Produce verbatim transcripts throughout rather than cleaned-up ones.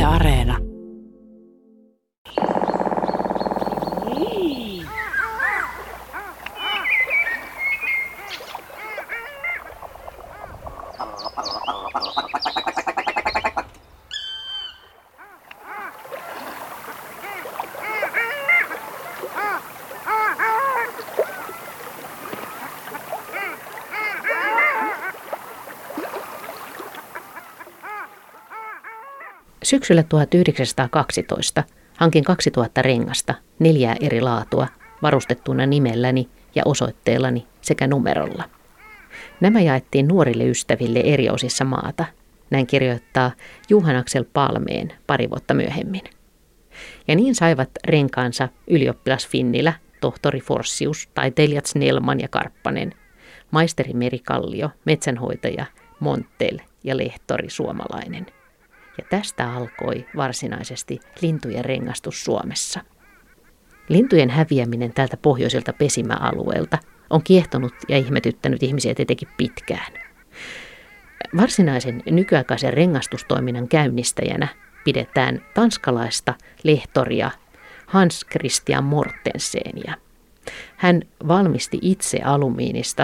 Yle Areena. Syksyllä tuhatyhdeksänsataakaksitoista hankin kaksituhatta rengasta, neljää eri laatua, varustettuna nimelläni ja osoitteellani sekä numerolla. Nämä jaettiin nuorille ystäville eri osissa maata, näin kirjoittaa Johan Axel Palmén pari vuotta myöhemmin. Ja niin saivat renkaansa ylioppilas Finnilä, tohtori Forsius, taiteilijat Snellman ja Karppanen, maisteri Merikallio, metsänhoitaja Montel ja lehtori Suomalainen. Ja tästä alkoi varsinaisesti lintujen rengastus Suomessa. Lintujen häviäminen tältä pohjoiselta pesimäalueelta on kiehtonut ja ihmetyttänyt ihmisiä tietenkin pitkään. Varsinaisen nykyaikaisen rengastustoiminnan käynnistäjänä pidetään tanskalaista lehtoria Hans Christian Mortensenia. Hän valmisti itse alumiinista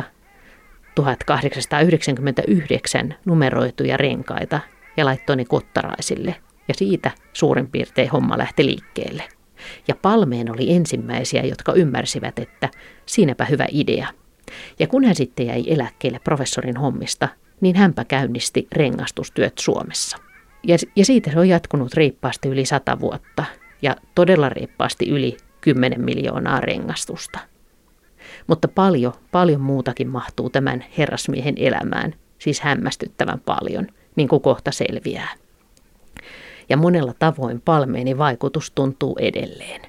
tuhatkahdeksansataayhdeksänkymmentäyhdeksän numeroituja renkaita ja laittoi ne kottaraisille, ja siitä suurin piirtein homma lähti liikkeelle. Ja Palmén oli ensimmäisiä, jotka ymmärsivät, että siinäpä hyvä idea. Ja kun hän sitten jäi eläkkeelle professorin hommista, niin hänpä käynnisti rengastustyöt Suomessa. Ja, ja siitä se on jatkunut reippaasti yli sata vuotta, ja todella reippaasti yli kymmenen miljoonaa rengastusta. Mutta paljon, paljon muutakin mahtuu tämän herrasmiehen elämään, siis hämmästyttävän paljon, niin kuin kohta selviää. Ja monella tavoin Palménin vaikutus tuntuu edelleen.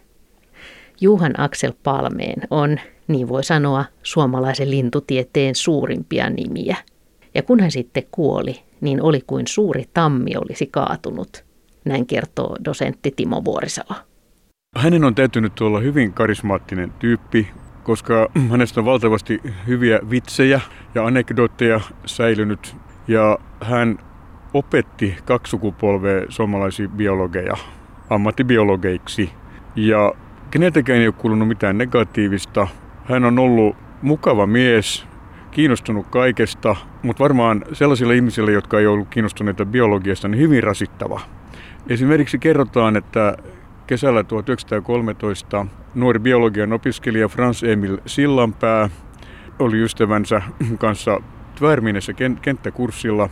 Johan Axel Palmén on, niin voi sanoa, suomalaisen lintutieteen suurimpia nimiä. Ja kun hän sitten kuoli, niin oli kuin suuri tammi olisi kaatunut. Näin kertoo dosentti Timo Vuorisalo. Hänen on täytynyt olla hyvin karismaattinen tyyppi, koska hänestä on valtavasti hyviä vitsejä ja anekdootteja säilynyt. Ja hän opetti kaksi sukupolvea suomalaisia biologeja ammattibiologeiksi. Ja keneltäkään ei ole kuulunut mitään negatiivista. Hän on ollut mukava mies, kiinnostunut kaikesta, mutta varmaan sellaisille ihmisille, jotka ei ollut kiinnostuneita biologiasta, niin hyvin rasittava. Esimerkiksi kerrotaan, että kesällä tuhatyhdeksänsataakolmetoista nuori biologian opiskelija Frans Emil Sillanpää oli ystävänsä kanssa Tvärminessä kenttäkurssilla.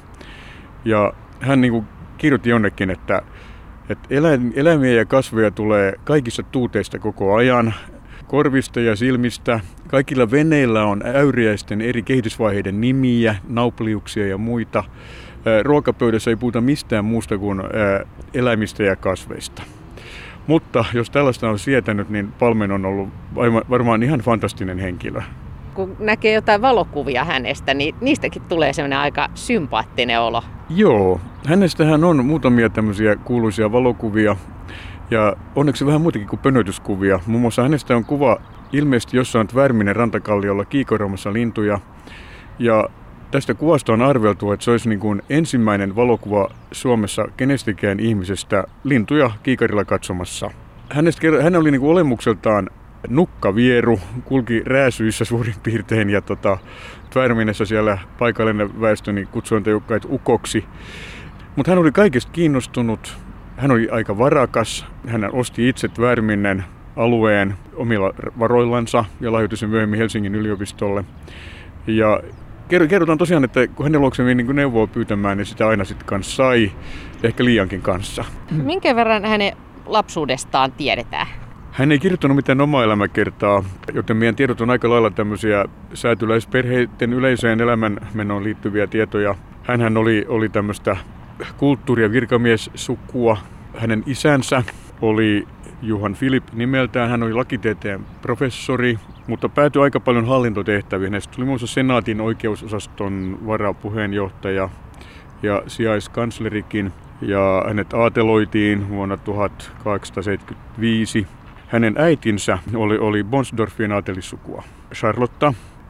Ja hän niin kuin kirjoitti jonnekin, että, että eläimiä ja kasveja tulee kaikissa tuuteista koko ajan, korvista ja silmistä. Kaikilla veneillä on äyriäisten eri kehitysvaiheiden nimiä, naupliuksia ja muita. Ruokapöydässä ei puhuta mistään muusta kuin eläimistä ja kasveista. Mutta jos tällaista on sietänyt, niin Palmén on ollut varmaan ihan fantastinen henkilö. Kun näkee jotain valokuvia hänestä, niin niistäkin tulee sellainen aika sympaattinen olo. Joo, hänestähän on muutamia tämmöisiä kuuluisia valokuvia ja onneksi vähän muutakin kuin pönötyskuvia. Muun muassa hänestä on kuva ilmeisesti jossain Tvärminen rantakalliolla kiikoilemassa lintuja. Ja tästä kuvasta on arveltu, että se olisi niin kuin ensimmäinen valokuva Suomessa kenestäkään ihmisestä lintuja kiikarilla katsomassa. Hänestä, hän oli niin kuin olemukseltaan nukkavieru, kulki rääsyissä suurin piirtein ja tota, Tvärminessä siellä paikallinen väestö niin kutsui häntä ukoksi. Mutta hän oli kaikesta kiinnostunut, hän oli aika varakas, hän osti itse Tvärminen alueen omilla varoillansa ja lahjoitti sen myöhemmin Helsingin yliopistolle. Ja kerrotaan tosiaan, että kun hänen luokseen niin neuvoa pyytämään, niin sitä aina sitten kanssa sai, ehkä liiankin kanssa. Minkä verran hänen lapsuudestaan tiedetään? Hän ei kirjoittanut mitään omaa elämäkertaa, joten meidän tiedot on aika lailla tämmöisiä säätyläisperheiden yleiseen elämänmenoon liittyviä tietoja. Hänhän oli, oli tämmöistä kulttuuri- ja virkamiessukua. Hänen isänsä oli Johan Philipp nimeltään. Hän oli lakitieteen professori, mutta päätyi aika paljon hallintotehtäviin. Hänestä tuli muun muassa senaatin oikeusosaston varapuheenjohtaja ja sijaiskanslerikin. Ja hänet aateloitiin vuonna tuhatkahdeksansataaseitsemänkymmentäviisi. Hänen äitinsä oli, oli Bonsdorfien aatelissukua. Charlotta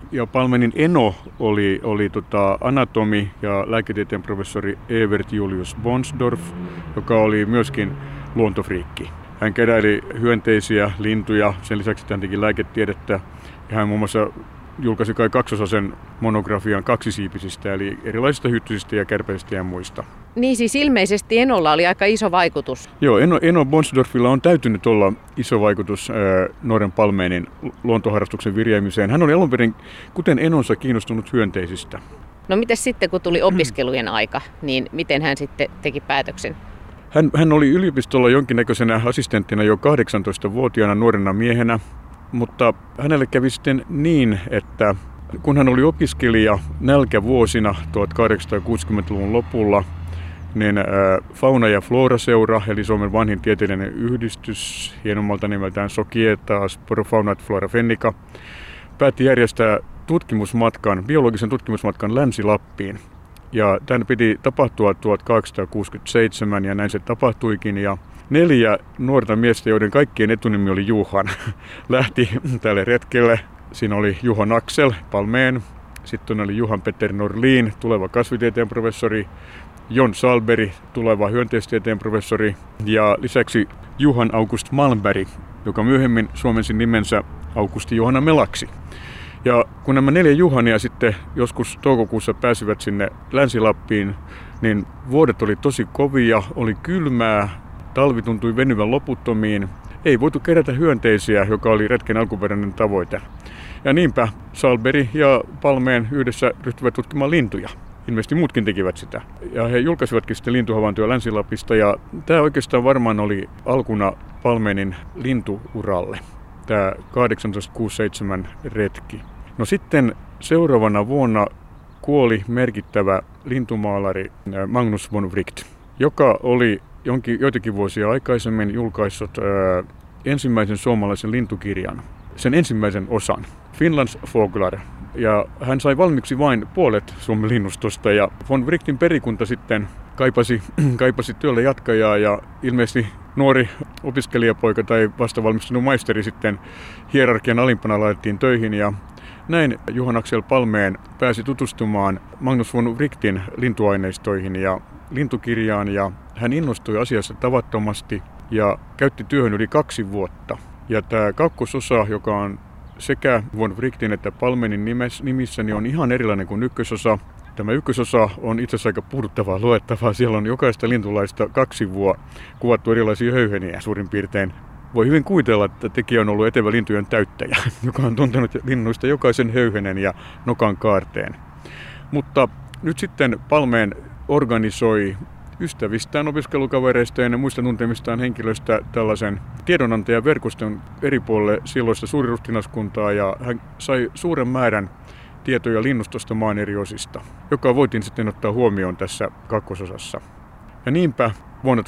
Ja Palmenin eno oli, oli tota anatomi ja lääketieteen professori Evert Julius Bonsdorf, joka oli myöskin luontofriikki. Hän keräili hyönteisiä, lintuja, sen lisäksi hän teki lääketiedettä ja hän muun muassa julkaisi kai kaksosaisen monografian kaksisiipisistä, eli erilaisista hyttysistä ja kärpäisistä ja muista. Niin siis ilmeisesti enolla oli aika iso vaikutus. Joo, Eno, Eno Bonsdorfilla on täytynyt olla iso vaikutus äh, Norren Palmeinin luontoharrastuksen virjäämiseen. Hän oli alun perin, kuten enonsa, kiinnostunut hyönteisistä. No miten sitten, kun tuli opiskelujen aika, niin miten hän sitten teki päätöksen? Hän, hän oli yliopistolla jonkinnäköisenä assistenttina jo kahdeksantoistavuotiaana nuorena miehenä, mutta hänelle kävi sitten niin, että kun hän oli opiskelija nälkävuosina tuhatkahdeksansataakuusikymmentäluvun lopulla, niin Fauna- ja Flora-seura, eli Suomen vanhin tieteellinen yhdistys, hienommalta nimeltään Societas pro Fauna et Flora Fennica, päätti järjestää tutkimusmatkan, biologisen tutkimusmatkan Länsi-Lappiin. Ja tämän piti tapahtua tuhatkahdeksansataakuusikymmentäseitsemän ja näin se tapahtuikin. Ja neljä nuorta miestä, joiden kaikkien etunimi oli Juhan, lähti tälle retkelle. Siinä oli Juhan Axel Palmén, sitten oli Juhan Peter Norlin, tuleva kasvitieteen professori, Jon Salberg, tuleva hyönteistieteen professori ja lisäksi Johan August Malmberg, joka myöhemmin suomensi nimensä Augusti Johanna Melaksi. Ja kun nämä neljä Juhania sitten joskus toukokuussa pääsivät sinne Länsi-Lappiin, niin vuodet oli tosi kovia, oli kylmää, talvi tuntui venyvän loputtomiin. Ei voitu kerätä hyönteisiä, joka oli retken alkuperäinen tavoite. Ja niinpä Salberg ja Palmén yhdessä ryhtyivät tutkimaan lintuja. Ilmeisesti muutkin tekivät sitä. Ja he julkaisivatkin sitten lintuhavaintoja Länsi-Lapista. Ja tämä oikeastaan varmaan oli alkuna Palménin lintuuralle, tämä tuhatkahdeksansataakuusikymmentäseitsemän retki. No sitten seuraavana vuonna kuoli merkittävä lintumaalari Magnus von Wright, joka oli jonkin, joitakin vuosia aikaisemmin julkaissut ää, ensimmäisen suomalaisen lintukirjan, sen ensimmäisen osan, Finlands Fåglar. Ja hän sai valmiiksi vain puolet Suomen linnustosta ja von Wrightin perikunta sitten kaipasi, kaipasi työlle jatkajaa ja ilmeisesti nuori opiskelijapoika tai vastavalmistunut maisteri sitten hierarkian alimpana laitettiin töihin ja näin Johan Axel Palmén pääsi tutustumaan Magnus von Wrightin lintuaineistoihin ja lintukirjaan ja hän innostui asiassa tavattomasti ja käytti työhön yli kaksi vuotta. Ja tämä kakkososa, joka on sekä von Wrightin että Palménin nimissä, niin on ihan erilainen kuin ykkösosa. Tämä ykkösosa on itse asiassa aika puhuttavaa luettavaa. Siellä on jokaista lintulaista kaksi sivua kuvattu erilaisia höyheniä suurin piirtein. Voi hyvin kuvitella, että tekijä on ollut etevä lintujen täyttäjä, joka on tuntenut linnuista jokaisen höyhenen ja nokan kaarteen. Mutta nyt sitten Palmén organisoi ystävistään, opiskelukavereistaan ja muista tuntemistaan henkilöistä tällaisen tiedonantajaverkoston eri puolille silloista suuriruhtinaskuntaa ja hän sai suuren määrän tietoja linnustosta maan eri osista, joka voitiin sitten ottaa huomioon tässä kakkososassa. Ja niinpä vuonna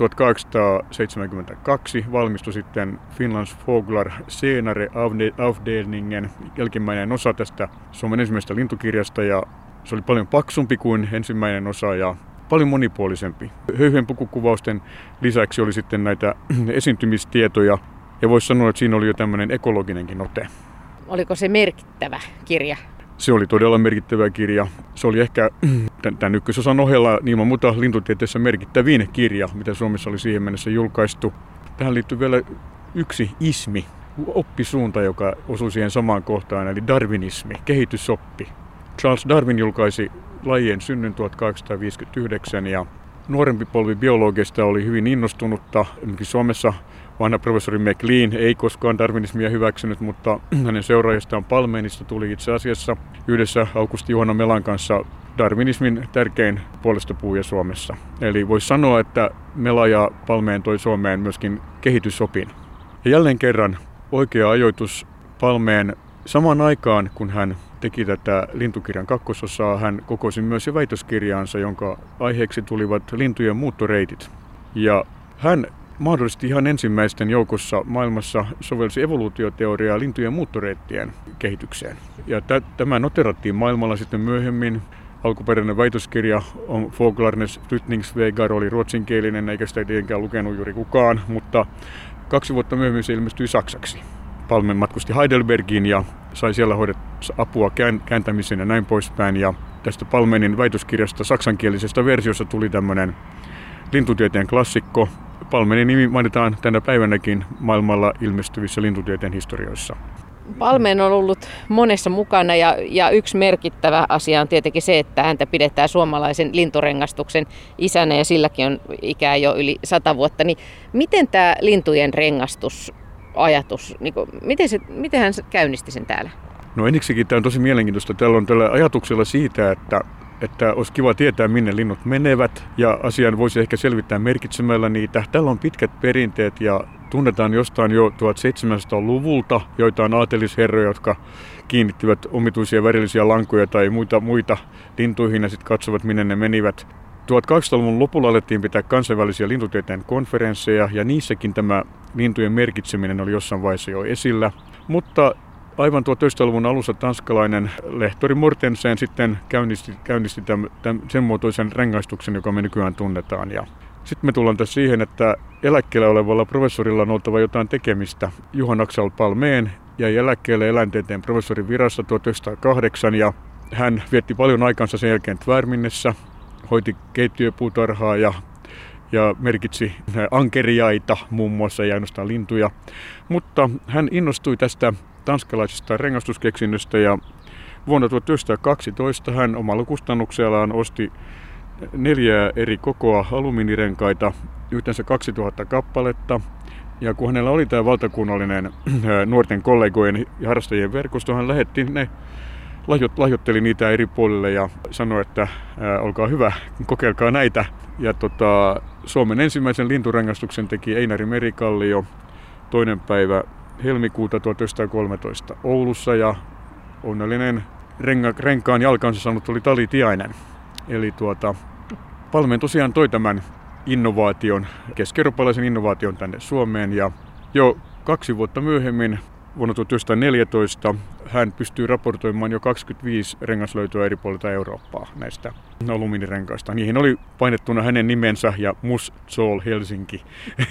tuhatkahdeksansataaseitsemänkymmentäkaksi valmistui sitten Finlands Fåglar senare avdelningen, jälkimmäinen osa tästä Suomen ensimmäisestä lintukirjasta ja se oli paljon paksumpi kuin ensimmäinen osa ja paljon monipuolisempi. Höyhenpukukuvausten lisäksi oli sitten näitä esiintymistietoja ja voisi sanoa, että siinä oli jo tämmöinen ekologinenkin ote. Oliko se merkittävä kirja? Se oli todella merkittävä kirja. Se oli ehkä tämän ykkösosan ohella ilman muuta lintutieteessä merkittävin kirja, mitä Suomessa oli siihen mennessä julkaistu. Tähän liittyy vielä yksi ismi, oppisuunta, joka osui siihen samaan kohtaan, eli darwinismi, kehitysoppi. Charles Darwin julkaisi lajien synnyn tuhatkahdeksansataaviisikymmentäyhdeksän ja nuorempi polvi biologista oli hyvin innostunutta. Suomessa vanha professori McLean ei koskaan darwinismia hyväksynyt, mutta hänen seuraajastaan Palménista tuli itse asiassa yhdessä Augusti Johanna Melan kanssa darwinismin tärkein puolestapuhuja Suomessa. Eli voisi sanoa, että Mela ja Palmén toi Suomeen myöskin kehitysopin. Ja jälleen kerran oikea ajoitus Palmén samaan aikaan, kun hän teki tätä lintukirjan kakkososaa, hän kokosi myös jo väitöskirjaansa, jonka aiheeksi tulivat lintujen muuttoreitit. Ja hän mahdollisesti ihan ensimmäisten joukossa maailmassa sovelsi evoluutioteoriaa lintujen muuttoreittien kehitykseen. Ja t- tämä noterattiin maailmalla sitten myöhemmin. Alkuperäinen väitöskirja on Fåglarnes flyttningsvägar, oli ruotsinkielinen, eikä sitä tietenkään lukenut juuri kukaan, mutta kaksi vuotta myöhemmin se ilmestyi saksaksi. Palmen matkusti Heidelbergiin ja sai siellä hoidettua apua kääntämiseen ja näin poispäin. Ja tästä Palmenin väitöskirjasta saksankielisestä versiosta tuli tämmöinen lintutieteen klassikko. Palmenin nimi mainitaan tänä päivänäkin maailmalla ilmestyvissä lintutieteen historioissa. Palmeen on ollut monessa mukana ja, ja yksi merkittävä asia on tietenkin se, että häntä pidetään suomalaisen linturengastuksen isänä ja silläkin on ikää jo yli sata vuotta. Niin miten tämä lintujen rengastusajatus, niin kuin, miten, se, miten hän käynnisti sen täällä? No ensiksikin tämä on tosi mielenkiintoista. Täällä on tällä ajatuksella siitä, että että olisi kiva tietää, minne linnut menevät ja asian voisi ehkä selvittää merkitsemällä niitä. Täällä on pitkät perinteet ja tunnetaan jostain jo tuhatseitsemänsataaluvulta joitain aatelisherroja, jotka kiinnittivät omituisia värillisiä lankoja tai muita, muita lintuihin ja sitten katsovat, minne ne menivät. tuhatkahdeksansataaluvun lopulla alettiin pitää kansainvälisiä lintutieteen konferensseja ja niissäkin tämä lintujen merkitseminen oli jossain vaiheessa jo esillä, mutta aivan tuhatyhdeksänsataaluvun alussa tanskalainen lehtori Mortensen sitten käynnisti, käynnisti tämän, tämän, sen muotoisen rengaistuksen, joka me nykyään tunnetaan. Ja sitten me tullaan tässä siihen, että eläkkeellä olevalla professorilla on oltava jotain tekemistä. Johan Axel Palmén jäi eläkkeelle eläintieteen professorin virassa tuhatyhdeksänsataakahdeksan ja hän vietti paljon aikansa sen jälkeen Tvärminnessä, hoiti keittiöpuutarhaa ja ja merkitsi ankeriaita muun muassa ja ainoastaan lintuja. Mutta hän innostui tästä tanskalaisesta rengastuskeksinnöstä ja vuonna tuhatyhdeksänsataakaksitoista hän omalla kustannuksellaan osti neljää eri kokoa alumiinirenkaita, yhteensä kaksituhatta kappaletta. Ja kun hänellä oli tämä valtakunnallinen nuorten kollegojen ja harrastajien verkosto, hän lähetti ne, lahjoitteli niitä eri puolille ja sanoi, että ää, olkaa hyvä, kokeilkaa näitä. Ja tota, Suomen ensimmäisen linturengastuksen teki Einari Merikallio toinen päivä helmikuuta tuhatyhdeksänsataakolmetoista Oulussa ja onnellinen renga, renkaan jalkansa saanut oli Tali Tiainen. Eli tuota, Palmeen tosiaan toi tämän innovaation, keski-eurooppalaisen innovaation tänne Suomeen ja jo kaksi vuotta myöhemmin vuonna tuhatyhdeksänsataaneljätoista hän pystyy raportoimaan jo kaksikymmentäviisi rengaslöytöä eri puolilta Eurooppaa näistä alumiinirenkaista. Niihin oli painettuna hänen nimensä ja Mus Zool Helsinki.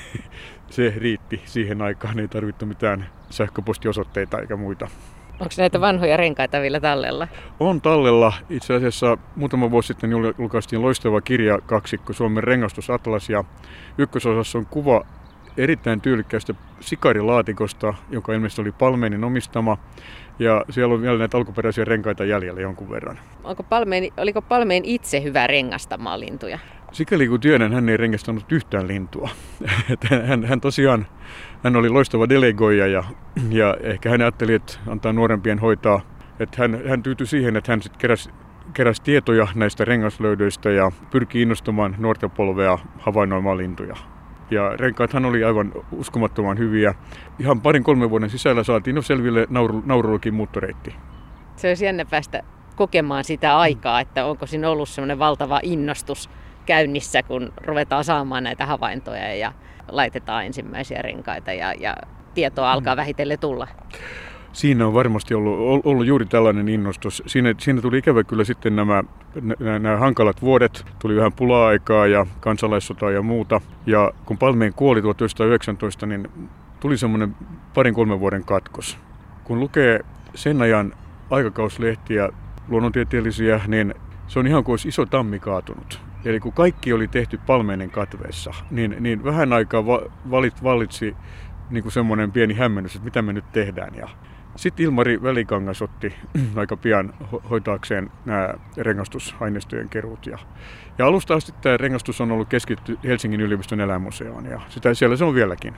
Se riitti siihen aikaan, ei tarvittu mitään sähköpostiosoitteita eikä muita. Onko näitä vanhoja renkaita vielä tallella? On tallella. Itse asiassa muutama vuosi sitten julkaistiin loistava kirja kaksikko Suomen rengastusatlas ja ykkösosassa on kuva erittäin tyylikkäästä sikarilaatikosta, joka ilmeisesti oli Palménin omistama. Ja siellä on vielä näitä alkuperäisiä renkaita jäljellä jonkun verran. Onko Palmén, oliko Palmén itse hyvä rengastamaan lintuja? Sikäli kun tiedän, hän ei rengastanut yhtään lintua. hän, hän tosiaan hän oli loistava delegoija ja, ja ehkä hän ajatteli, että antaa nuorempien hoitaa. Että hän, hän tyytyi siihen, että hän sitten keräsi, keräsi tietoja näistä rengaslöydöistä ja pyrki innostamaan nuorta polvea havainnoimaan lintuja. Ja renkaathan oli aivan uskomattoman hyviä. Ihan parin kolmen vuoden sisällä saatiin jo selville nauru, Naurologin muuttoreitti. Se olisi jännä päästä kokemaan sitä aikaa, että onko siinä ollut semmoinen valtava innostus käynnissä, kun ruvetaan saamaan näitä havaintoja ja laitetaan ensimmäisiä renkaita ja, ja tietoa alkaa vähitellen tulla. Siinä on varmasti ollut, ollut juuri tällainen innostus. Siinä, siinä tuli ikävä kyllä sitten nämä, nämä hankalat vuodet. Tuli vähän pula-aikaa ja kansalaissotaa ja muuta. Ja kun Palmén kuoli tuhatyhdeksänsataayhdeksäntoista, niin tuli semmoinen parin kolmen vuoden katkos. Kun lukee sen ajan aikakauslehtiä, luonnontieteellisiä, niin se on ihan kuin olisi iso tammi kaatunut. Eli kun kaikki oli tehty Palménin katveessa, niin, niin vähän aikaa valit, vallitsi niin kuin semmoinen pieni hämmennys, että mitä me nyt tehdään. Ja sitten Ilmari Välikangas otti aika pian ho- hoitaakseen nämä rengastusaineistojen keruut. Ja, ja alusta asti tämä rengastus on ollut keskitty Helsingin yliopiston eläinmuseoon ja sitä, siellä se on vieläkin.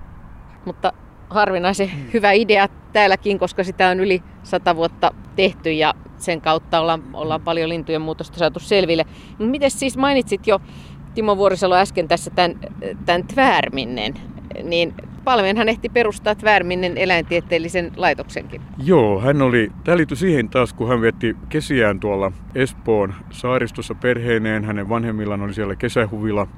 Mutta harvinaisen hyvä idea täälläkin, koska sitä on yli sata vuotta tehty ja sen kautta ollaan, ollaan paljon lintujen muutosta saatu selville. Miten siis mainitsit jo Timo Vuorisalo äsken tässä tämän, tämän Tvärminnen, niin Palmén hän ehti perustaa Tvärminnen eläintieteellisen laitoksenkin. Joo, hän oli, tämä liittyi siihen taas, kun hän vietti kesiään tuolla Espoon saaristossa perheineen. Hänen vanhemmillaan oli siellä kesähuvila.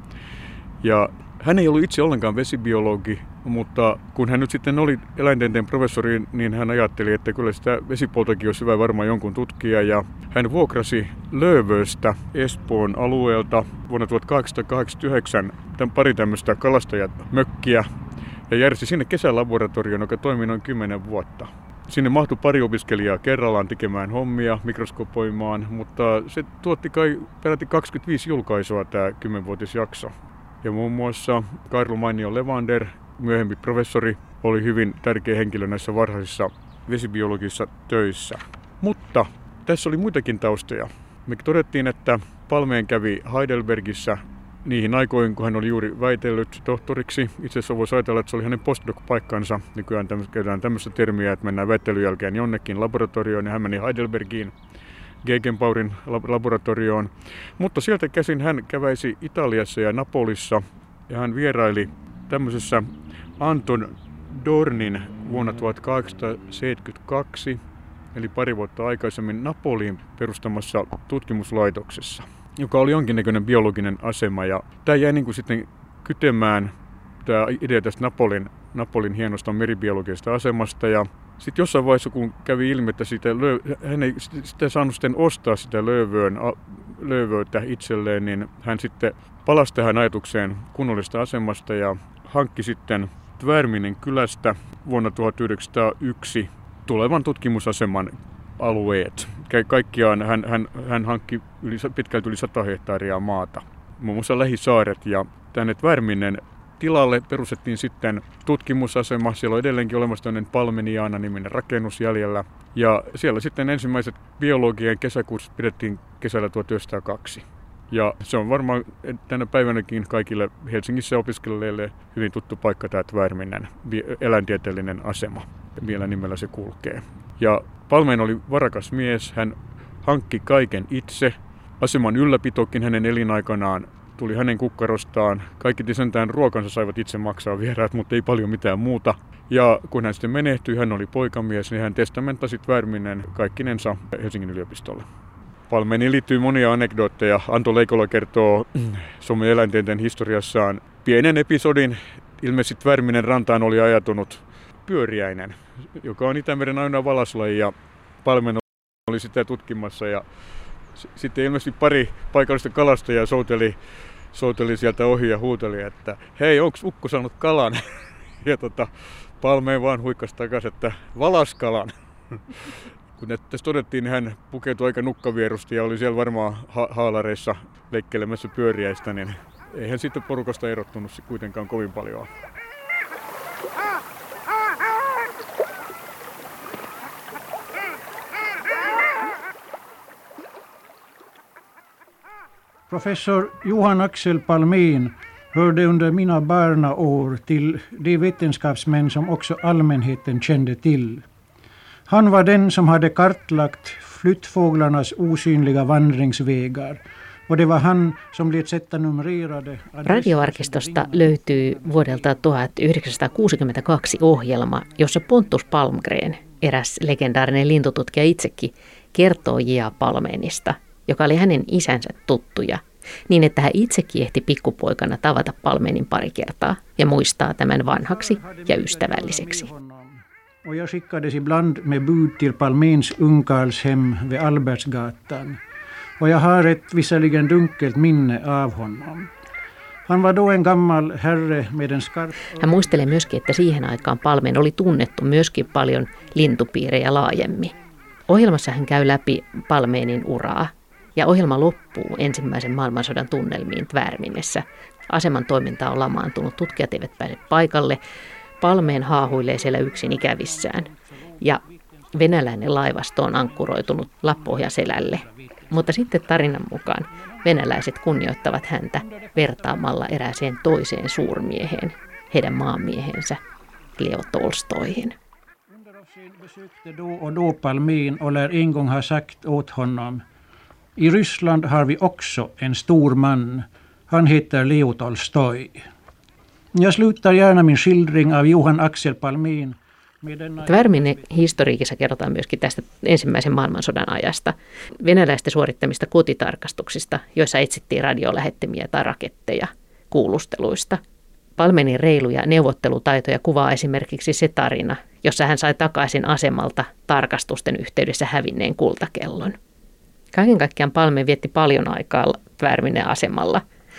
Ja hän ei ollut itse ollenkaan vesibiologi, mutta kun hän nyt sitten oli eläintieteen professori, niin hän ajatteli, että kyllä sitä vesipuoltakin olisi hyvä varmaan jonkun tutkia. Ja hän vuokrasi Löövöstä Espoon alueelta vuonna tuhatkahdeksansataakahdeksankymmentäyhdeksän pari tämmöistä kalastajamökkiä, ja järjesti sinne kesälaboratorion, joka toimi noin kymmenen vuotta. Sinne mahtui pari opiskelijaa kerrallaan tekemään hommia, mikroskopoimaan, mutta se tuotti kai peräti kaksikymmentäviisi julkaisua tämä kymmenvuotisjakso. Ja muun muassa Karl Mainio Levander, myöhempi professori, oli hyvin tärkeä henkilö näissä varhaisissa vesibiologisissa töissä. Mutta tässä oli muitakin taustoja. Me todettiin, että Palmeen kävi Heidelbergissä niihin aikoihin, kun hän oli juuri väitellyt tohtoriksi. Itse asiassa voisi ajatella, että se oli hänen postdoc-paikkansa. Nykyään käytetään tämmöistä termiä, että mennään väittelyn jälkeen jonnekin laboratorioon, ja hän meni Heidelbergiin, Gegenbauerin laboratorioon. Mutta sieltä käsin hän käväisi Italiassa ja Napolissa, ja hän vieraili tämmöisessä Anton Dornin vuonna tuhatkahdeksansataaseitsemänkymmentäkaksi, eli pari vuotta aikaisemmin Napoliin perustamassa tutkimuslaitoksessa, joka oli jonkinnäköinen biologinen asema. Ja tämä jäi niin kuin sitten kytemään, tämä idea tästä Napolin, Napolin hienosta meribiologisesta asemasta. Ja sitten jossain vaiheessa, kun kävi ilmi, että sitä löö, hän ei sitä saanut sitten ostaa sitä löövöön, löövöitä itselleen, niin hän sitten palasi tähän ajatukseen kunnollisesta asemasta ja hankki sitten Tvärminen kylästä vuonna tuhatyhdeksänsataayksi tulevan tutkimusaseman alueet. Kaikkiaan hän, hän, hän hankki yli, pitkälti yli sata hehtaaria maata, muun muassa lähisaaret, ja tänne Tvärminen tilalle perustettiin sitten tutkimusasema. Siellä on edelleenkin olemassa tämmöinen Palmeniana-niminen rakennus jäljellä, ja siellä sitten ensimmäiset biologian kesäkurssit pidettiin kesällä tuhatyhdeksänsataakaksi. Ja se on varmaan tänä päivänäkin kaikille Helsingissä opiskelijoille hyvin tuttu paikka, tämä Tvärminen, eläintieteellinen asema. Vielä nimellä se kulkee. Ja Palmeen oli varakas mies, hän hankki kaiken itse. Aseman ylläpitokin hänen elinaikanaan tuli hänen kukkarostaan. Kaikki sentään ruokansa saivat itse maksaa vieraat, mutta ei paljon mitään muuta. Ja kun hän sitten menehtyi, hän oli poikamies, niin hän testamentasi Tvärminen kaikkinensa Helsingin yliopistolle. Palmeeniin liittyy monia anekdootteja. Anto Leikola kertoo Suomen eläintieteen historiassaan pienen episodin. Ilmeisesti Tvärminen rantaan oli ajatunut pyöriäinen, joka on Itämeren ainoa valaslaji, ja Palmeen oli sitä tutkimassa. Ja sitten ilmeisesti pari paikallista kalastajaa souteli, souteli sieltä ohi ja huuteli, että hei, onko ukko saanut kalan? Ja tota, Palmeen vaan huikkasi takaisin, että valaskalan. Kun tässä todettiin, niin hän pukeutui aika nukkavierusti ja oli siellä varmaan ha- haalareissa leikkelemässä pyöriäistä, niin ei hän sitten porukasta erottunut kuitenkaan kovin paljon. Professor Johan Axel Palmén hörde under mina barnaår till de vetenskapsmän som också allmänheten kände till. Han var den som hade kartlagt flyttfåglarnas osynliga vandringsvägar, och det var han som lät sätta numrerade... Radioarkistosta löytyy vuodelta tuhatyhdeksänsataakuusikymmentäkaksi ohjelma, jossa Pontus Palmgren, eräs legendaarinen lintututkija itsekin, kertoo J A. Palménista, joka oli hänen isänsä tuttuja, niin että hän itsekin ehti pikkupoikana tavata Palménin pari kertaa ja muistaa tämän vanhaksi ja ystävälliseksi. Och jag skickades ibland med bud till Palméns ungkarlshem vid Albertsgatan. Och jag har ett visserligen dunkelt minne av honom. Han var då en gammal herre med en skarp... Hän muistelee myöskin, että siihen aikaan Palmén oli tunnettu myöskin paljon lintupiirejä laajemmin. Ohjelmassa hän käy läpi Palménin uraa, ja ohjelma loppuu ensimmäisen maailmansodan tunnelmiin Tvärminessä. Aseman toiminta on lamaantunut, tutkijat eivät pääse paikalle. Palmén haahuilee siellä yksin ikävissään, ja venäläinen laivasto on ankkuroitunut Lappohjaselälle. Mutta sitten tarinan mukaan venäläiset kunnioittavat häntä vertaamalla erääseen toiseen suurmieheen, heidän maanmiehensä Leo Tolstoihin. Besökte då och då Palmén och lär en gång ha sagt åt honom: I Ryssland har vi också en stor man. Han heter Leo Tolstoi. Jag slutar gärna min skildring av Johan Axel Palmén. Tvärminen historiikissa kerrotaan myöskin tästä ensimmäisen maailmansodan ajasta, venäläisten suorittamista kotitarkastuksista, joissa etsittiin radiolähettimiä tai raketteja kuulusteluista. Palménin reiluja neuvottelutaitoja kuvaa esimerkiksi se tarina, jossa hän sai takaisin asemalta tarkastusten yhteydessä hävinneen kultakellon. Kaiken kaikkiaan Palmén vietti paljon aikaa Tvärminen asemalla.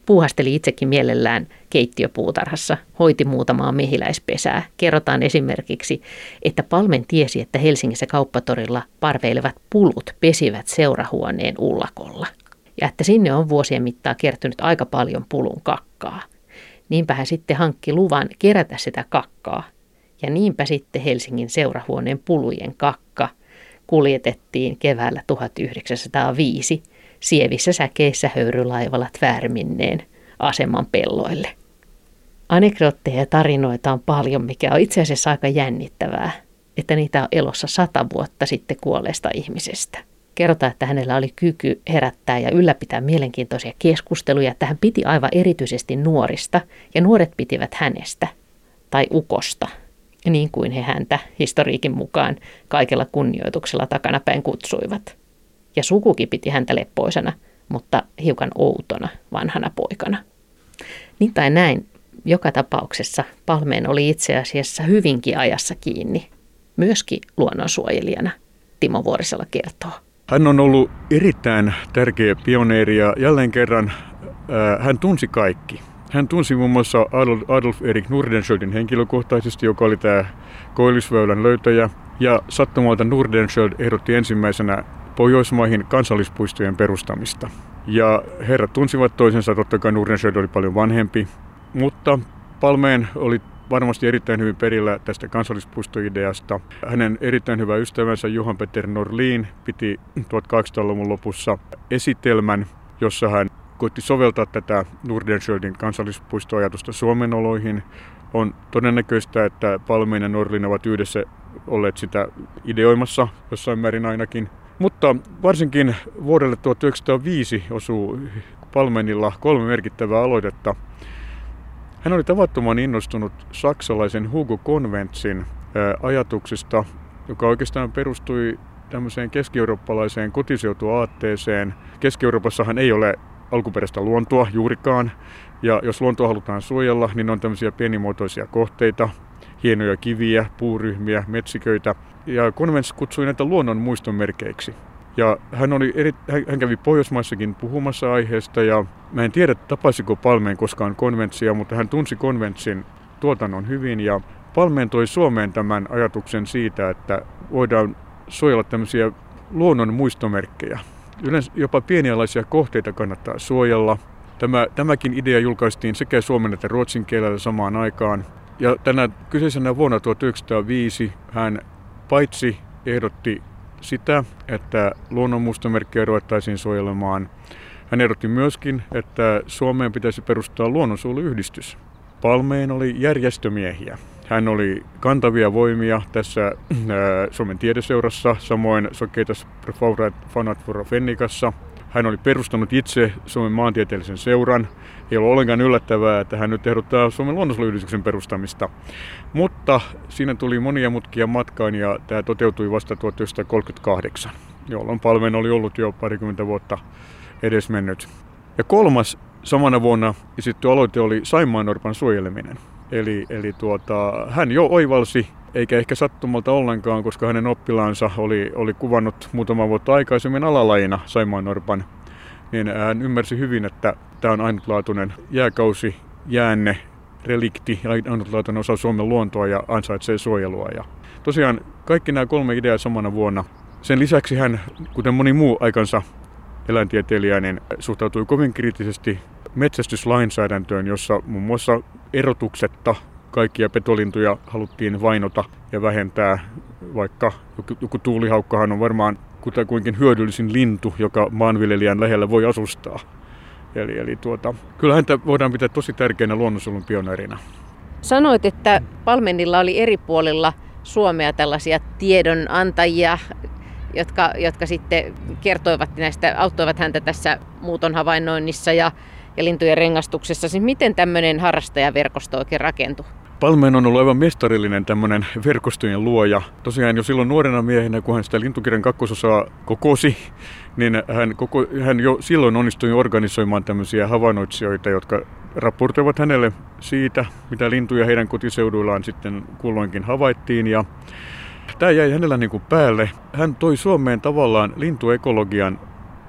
puuhasteli itsekin mielellään keittiöpuutarhassa, hoiti muutamaa mehiläispesää. Kerrotaan esimerkiksi, että Palmen tiesi, että Helsingissä kauppatorilla parveilevat pulut pesivät seurahuoneen ullakolla. Ja että sinne on vuosien mittaan kertynyt aika paljon pulun kakkaa. Niinpä hän sitten hankki luvan kerätä sitä kakkaa. Ja niinpä sitten Helsingin seurahuoneen pulujen kakka kuljetettiin keväällä tuhatyhdeksänsataaviisi sievissä säkeissä höyrylaivalla Tvärminneen aseman pelloille. Anekdootteja ja tarinoita on paljon, mikä on itse asiassa aika jännittävää, että niitä on elossa sata vuotta sitten kuolleesta ihmisestä. Kerrotaan, että hänellä oli kyky herättää ja ylläpitää mielenkiintoisia keskusteluja, että hän piti aivan erityisesti nuorista ja nuoret pitivät hänestä tai ukosta, niin kuin he häntä historiikin mukaan kaikella kunnioituksella takanapäin kutsuivat. Ja sukukin piti häntä leppoisana, mutta hiukan outona vanhana poikana. Niin tai näin, joka tapauksessa Palmeen oli itse asiassa hyvinkin ajassa kiinni, myöskin luonnonsuojelijana, Timo Vuorisalo kertoo. Hän on ollut erittäin tärkeä pioneeri ja jälleen kerran äh, hän tunsi kaikki. Hän tunsi muun muassa Adolf, Adolf Erik Nordenskiöldin henkilökohtaisesti, joka oli tämä Koillisväylän löytäjä. Ja sattumalta Nordenskiöld ehdotti ensimmäisenä Pohjoismaihin kansallispuistojen perustamista. Ja herrat tunsivat toisensa, totta kai Nordenskiöld oli paljon vanhempi, mutta Palmeen oli varmasti erittäin hyvin perillä tästä kansallispuistoideasta. Hänen erittäin hyvä ystävänsä Johan Peter Norlin piti tuhatkahdeksansataaluvun lopussa esitelmän, jossa hän koitti soveltaa tätä Nordenskjöldin kansallispuistoajatusta Suomen oloihin. On todennäköistä, että Palmeen ja Norlin ovat yhdessä olleet sitä ideoimassa jossain määrin ainakin. Mutta varsinkin vuodelle tuhatyhdeksänsataaviisi osuu Palmeenilla kolme merkittävää aloitetta. Hän oli tavattoman innostunut saksalaisen Hugo Conventsin ajatuksista, joka oikeastaan perustui tämmöiseen keski-eurooppalaiseen kotiseutuaatteeseen. Keski-Euroopassahan ei ole alkuperäistä luontoa juurikaan, ja jos luontoa halutaan suojella, niin on tämmöisiä pienimuotoisia kohteita, hienoja kiviä, puuryhmiä, metsiköitä, ja Convents kutsui näitä luonnon muistonmerkeiksi. Ja hän, oli eri, hän kävi Pohjoismaissakin puhumassa aiheesta, ja mä en tiedä tapasiko Palmeen koskaan Conventsia, mutta hän tunsi Conventsin tuotannon hyvin, ja Palmeen toi Suomeen tämän ajatuksen siitä, että voidaan suojella tämmöisiä luonnon muistomerkkejä. Yleensä jopa pienialaisia kohteita kannattaa suojella. Tämä, tämäkin idea julkaistiin sekä suomen että ruotsin kielellä samaan aikaan. Ja tänä kyseisenä vuonna tuhatyhdeksänsataaviisi hän paitsi ehdotti sitä, että luonnon muistomerkkejä ruvettaisiin suojelemaan, hän ehdotti myöskin, että Suomeen pitäisi perustaa luonnonsuojeluyhdistys. Palmeen oli järjestömiehiä. Hän oli kantavia voimia tässä äh, Suomen tiedeseurassa, samoin Societas pro Fauna et Flora Fennicassa. Hän oli perustanut itse Suomen maantieteellisen seuran. Ei ollut ollenkaan yllättävää, että hän nyt ehdottaa Suomen luonnonsuojeluyhdistyksen perustamista. Mutta siinä tuli monia mutkia matkaan ja tämä toteutui vasta tuhatyhdeksänsataakolmekymmentäkahdeksan, jolloin Palmeen oli ollut jo parikymmentä vuotta edesmennyt. Ja kolmas samana vuonna esitty aloite oli saimaannorpan suojeleminen. Eli, eli tuota, hän jo oivalsi, eikä ehkä sattumalta ollenkaan, koska hänen oppilaansa oli, oli kuvannut muutama vuotta aikaisemmin alalajina saimaannorpan, niin hän ymmärsi hyvin, että tämä on ainutlaatuinen jääkausi, jäänne, relikti ja ainutlaatuinen osa Suomen luontoa ja ansaitsee suojelua. Ja tosiaan kaikki nämä kolme ideaa samana vuonna. Sen lisäksi hän, kuten moni muu aikansa eläintieteilijä, niin suhtautui kovin kriittisesti metsästyslainsäädäntöön, jossa muun muassa erotuksetta kaikkia petolintuja haluttiin vainota ja vähentää, vaikka joku, joku tuulihaukkahan on varmaan kutakuinkin hyödyllisin lintu, joka maanviljelijän lähellä voi asustaa. Eli, eli tuota, kyllä häntä voidaan pitää tosi tärkeänä luonnonsuojelun pioneerina. Sanoit, että Palmeenilla oli eri puolilla Suomea tällaisia tiedonantajia, jotka, jotka sitten kertoivat näistä, auttoivat häntä tässä muuton havainnoinnissa ja, ja lintujen rengastuksessa. Siis miten tämmöinen harrastajaverkosto oikein rakentui? Palmeen on ollut aivan mestarillinen tämmöinen verkostojen luoja. Tosiaan jo silloin nuorena miehenä, kun hän sitä lintukirjan kakkososaa kokosi, niin hän, koko, hän jo silloin onnistui organisoimaan tämmöisiä havainnoitsijoita, jotka raportoivat hänelle siitä, mitä lintuja heidän kotiseuduillaan sitten kulloinkin havaittiin. Ja tämä jäi hänellä niin kuin päälle. Hän toi Suomeen tavallaan lintuekologian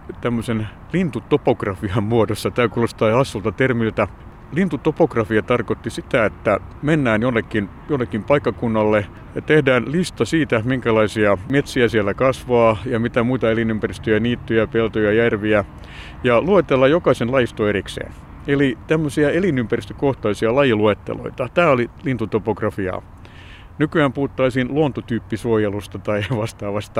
tämmöisen lintutopografian muodossa. Tämä kuulostaa hassulta termiltä. Lintutopografia tarkoitti sitä, että mennään jonnekin, jonnekin paikkakunnalle ja tehdään lista siitä, minkälaisia metsiä siellä kasvaa ja mitä muita elinympäristöjä, niittyjä, peltoja, järviä. Ja luetellaan jokaisen lajisto erikseen. Eli tämmöisiä elinympäristökohtaisia lajiluetteloita. Tämä oli lintutopografiaa. Nykyään puhuttaisiin luontotyyppisuojelusta tai vastaavasta.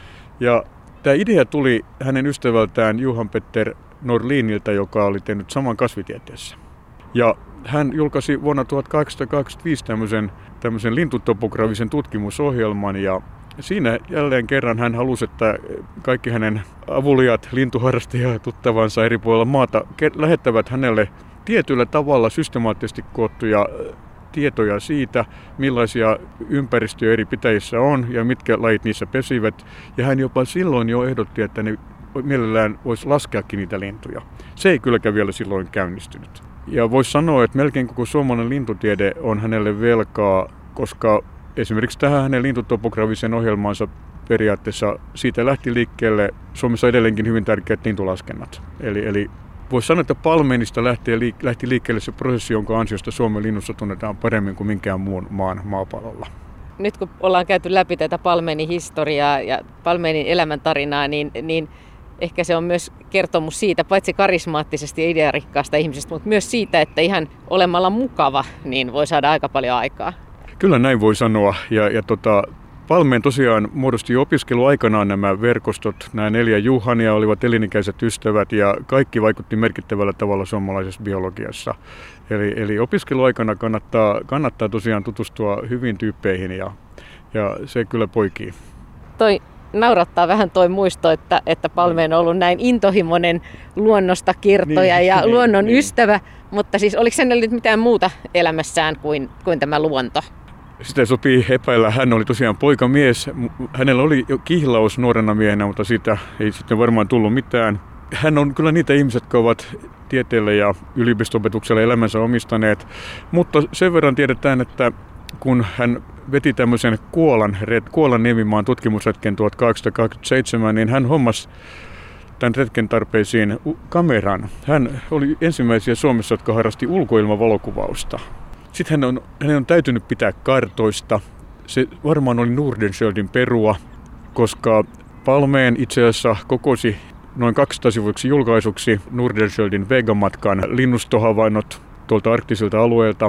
Ja tämä idea tuli hänen ystävältään Johan Petter Norlinilta, joka oli tehnyt saman kasvitieteessä. Ja hän julkaisi vuonna tuhatkahdeksansataakahdeksankymmentäviisi tämmöisen, tämmöisen lintutopografisen tutkimusohjelman ja siinä jälleen kerran hän halusi, että kaikki hänen avuliaat, lintuharrastajat, tuttavansa eri puolilla maata lähettävät hänelle tietyllä tavalla systemaattisesti koottuja tietoja siitä, millaisia ympäristöjä eri pitäjissä on ja mitkä lajit niissä pesivät. Ja hän jopa silloin jo ehdotti, että ne mielellään voisi laskeakin niitä lintuja. Se ei kylläkään vielä silloin käynnistynyt. Ja voisi sanoa, että melkein koko suomalainen lintutiede on hänelle velkaa, koska esimerkiksi tähän hänen lintutopografisen ohjelmaansa periaatteessa siitä lähti liikkeelle Suomessa edelleenkin hyvin tärkeät lintulaskennat. Eli, eli voisi sanoa, että Palmeenista lähti, lähti liikkeelle se prosessi, jonka ansiosta Suomen linnussa tunnetaan paremmin kuin minkään muun maan maapallolla. Nyt kun ollaan käyty läpi tätä Palmeenin historiaa ja Palmeenin elämäntarinaa, niin, niin ehkä se on myös kertomus siitä, paitsi karismaattisesti ja idearikkaasta ihmisestä, mutta myös siitä, että ihan olemalla mukava, niin voi saada aika paljon aikaa. Kyllä näin voi sanoa. Ja, ja tota, Palmeen tosiaan muodosti jo opiskeluaikanaan nämä verkostot. Nämä neljä Juhania olivat elinikäiset ystävät ja kaikki vaikutti merkittävällä tavalla suomalaisessa biologiassa. Eli, eli opiskeluaikana kannattaa, kannattaa tosiaan tutustua hyvin tyyppeihin ja, ja se kyllä poikii. Toi naurattaa vähän toi muisto, että, että Palmeen on ollut näin intohimoinen luonnosta kertoja niin, ja niin, luonnon niin. ystävä, mutta siis oliko hänellä nyt mitään muuta elämässään kuin, kuin tämä luonto? Sitä sopii epäillä. Hän oli tosiaan poikamies. Hänellä oli jo kihlaus nuorena miehenä, mutta siitä ei sitten varmaan tullut mitään. Hän on kyllä niitä ihmisiä, jotka ovat tieteelle ja yliopisto-opetukselle elämänsä omistaneet, mutta sen verran tiedetään, että kun hän veti tämmöisen Kuolan, Kuolan Niemimaan tutkimusretken tuhatkahdeksansataakaksikymmentäseitsemän, niin hän hommasi tämän retken tarpeisiin kameran. Hän oli ensimmäisiä Suomessa, jotka harrasti ulkoilmavalokuvausta. Sitten hän on, hänen on täytynyt pitää kartoista. Se varmaan oli Nordenskiöldin perua, koska Palmeen itse asiassa kokosi noin kaksisataa-sivuiksi julkaisuksi Nordenskiöldin Vega-matkan linnustohavainnot tuolta arktisilta alueelta.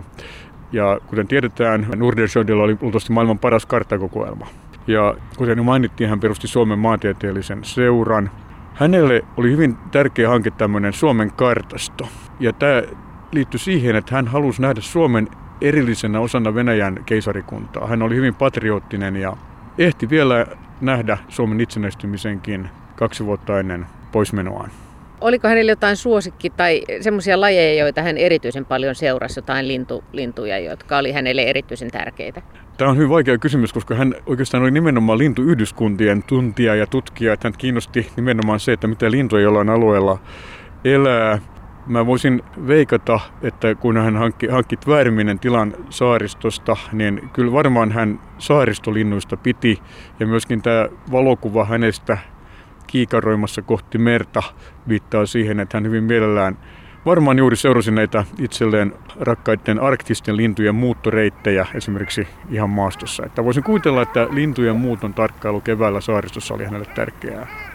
Ja kuten tiedetään, Nordenskiöldillä oli luultavasti maailman paras karttakokoelma. Ja kuten jo mainittiin, hän perusti Suomen maantieteellisen seuran. Hänelle oli hyvin tärkeä hanke tämmöinen Suomen kartasto. Ja tämä liittyi siihen, että hän halusi nähdä Suomen erillisenä osana Venäjän keisarikuntaa. Hän oli hyvin patriottinen ja ehti vielä nähdä Suomen itsenäistymisenkin kaksi vuotta ennen poismenoaan. Oliko hänellä jotain suosikki tai semmoisia lajeja, joita hän erityisen paljon seurasi, jotain lintu, lintuja, jotka oli hänelle erityisen tärkeitä? Tämä on hyvin vaikea kysymys, koska hän oikeastaan oli nimenomaan lintuyhdyskuntien tuntija ja tutkija. Että hän kiinnosti nimenomaan se, että mitä lintuja jollain alueella elää. Mä voisin veikata, että kun hän hankki, hankki Tvärminen tilan saaristosta, niin kyllä varmaan hän saaristolinnuista piti. Ja myöskin tämä valokuva hänestä kiikaroimassa kohti merta viittaa siihen, että hän hyvin mielellään varmaan juuri seurasi näitä itselleen rakkaiden arktisten lintujen muuttoreittejä esimerkiksi ihan maastossa. Että voisin kuvitella, että lintujen muuton tarkkailu keväällä saaristossa oli hänelle tärkeää.